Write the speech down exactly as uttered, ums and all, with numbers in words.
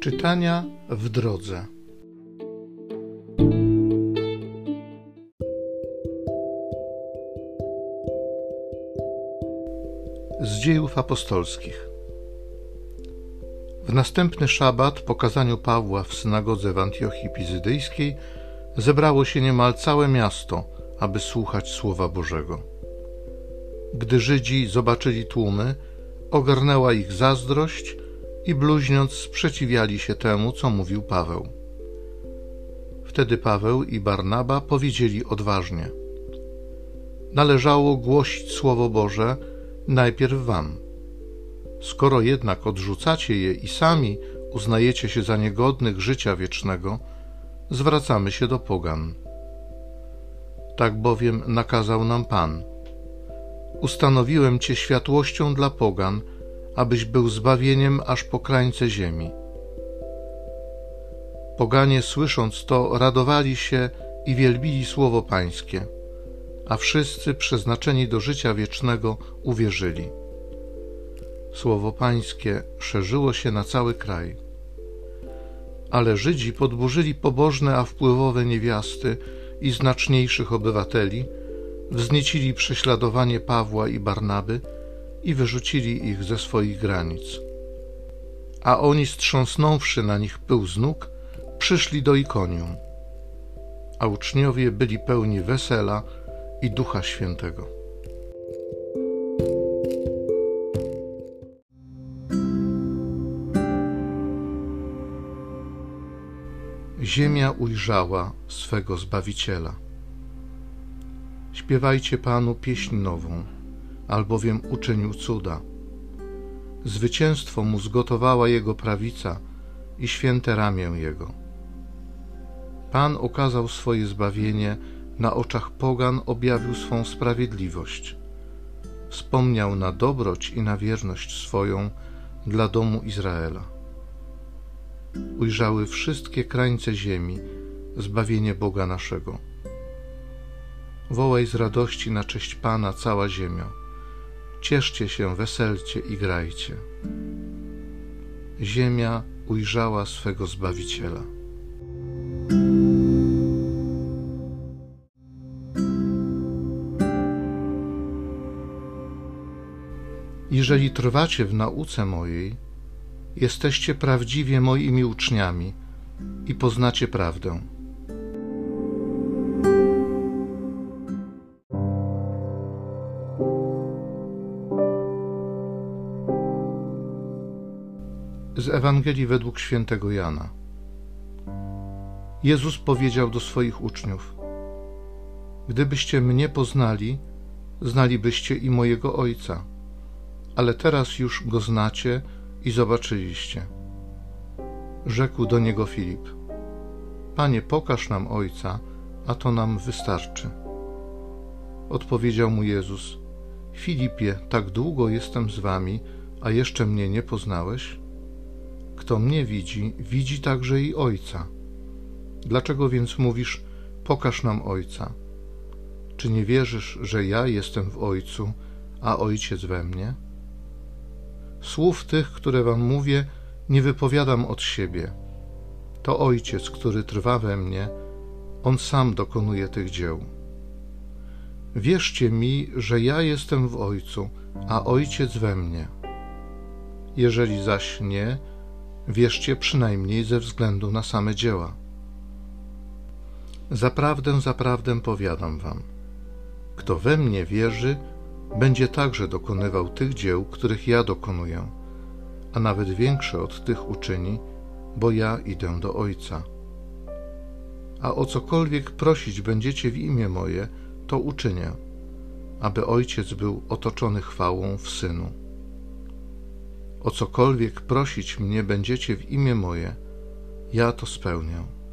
Czytania w drodze. Z Dziejów Apostolskich. W następny szabat po kazaniu Pawła w synagodze w Antiochii Pizydyjskiej zebrało się niemal całe miasto, aby słuchać Słowa Bożego. Gdy Żydzi zobaczyli tłumy, ogarnęła ich zazdrość i bluźniąc sprzeciwiali się temu, co mówił Paweł. Wtedy Paweł i Barnaba powiedzieli odważnie: należało głosić Słowo Boże najpierw wam. Skoro jednak odrzucacie je i sami uznajecie się za niegodnych życia wiecznego, zwracamy się do pogan. Tak bowiem nakazał nam Pan: ustanowiłem cię światłością dla pogan, abyś był zbawieniem aż po krańce ziemi. Poganie, słysząc to, radowali się i wielbili słowo Pańskie, a wszyscy przeznaczeni do życia wiecznego uwierzyli. Słowo Pańskie szerzyło się na cały kraj. Ale Żydzi podburzyli pobożne, a wpływowe niewiasty i znaczniejszych obywateli, wzniecili prześladowanie Pawła i Barnaby i wyrzucili ich ze swoich granic. A oni, strząsnąwszy na nich pył z nóg, przyszli do Ikonium, a uczniowie byli pełni wesela i Ducha Świętego. Ziemia ujrzała swego Zbawiciela. Śpiewajcie Panu pieśń nową, albowiem uczynił cuda. Zwycięstwo mu zgotowała Jego prawica i święte ramię Jego. Pan okazał swoje zbawienie, na oczach pogan objawił swą sprawiedliwość. Wspomniał na dobroć i na wierność swoją dla domu Izraela. Ujrzały wszystkie krańce ziemi zbawienie Boga naszego. Wołaj z radości na cześć Pana cała ziemia. Cieszcie się, weselcie i grajcie. Ziemia ujrzała swego Zbawiciela. Jeżeli trwacie w nauce mojej, jesteście prawdziwie moimi uczniami i poznacie prawdę. Z Ewangelii według świętego Jana. Jezus powiedział do swoich uczniów: gdybyście mnie poznali, znalibyście i mojego Ojca, ale teraz już go znacie i zobaczyliście. Rzekł do niego Filip: Panie, pokaż nam Ojca, a to nam wystarczy. Odpowiedział mu Jezus: Filipie, tak długo jestem z wami, a jeszcze mnie nie poznałeś? Kto mnie widzi, widzi także i Ojca. Dlaczego więc mówisz: pokaż nam Ojca? Czy nie wierzysz, że ja jestem w Ojcu, a Ojciec we mnie? Słów tych, które wam mówię, nie wypowiadam od siebie. To Ojciec, który trwa we mnie, On sam dokonuje tych dzieł. Wierzcie mi, że ja jestem w Ojcu, a Ojciec we mnie. Jeżeli zaś nie, wierzcie przynajmniej ze względu na same dzieła. Zaprawdę, zaprawdę powiadam wam, kto we mnie wierzy, będzie także dokonywał tych dzieł, których ja dokonuję, a nawet większe od tych uczyni, bo ja idę do Ojca. A o cokolwiek prosić będziecie w imię moje, to uczynię, aby Ojciec był otoczony chwałą w Synu. O cokolwiek prosić mnie będziecie w imię moje, ja to spełnię.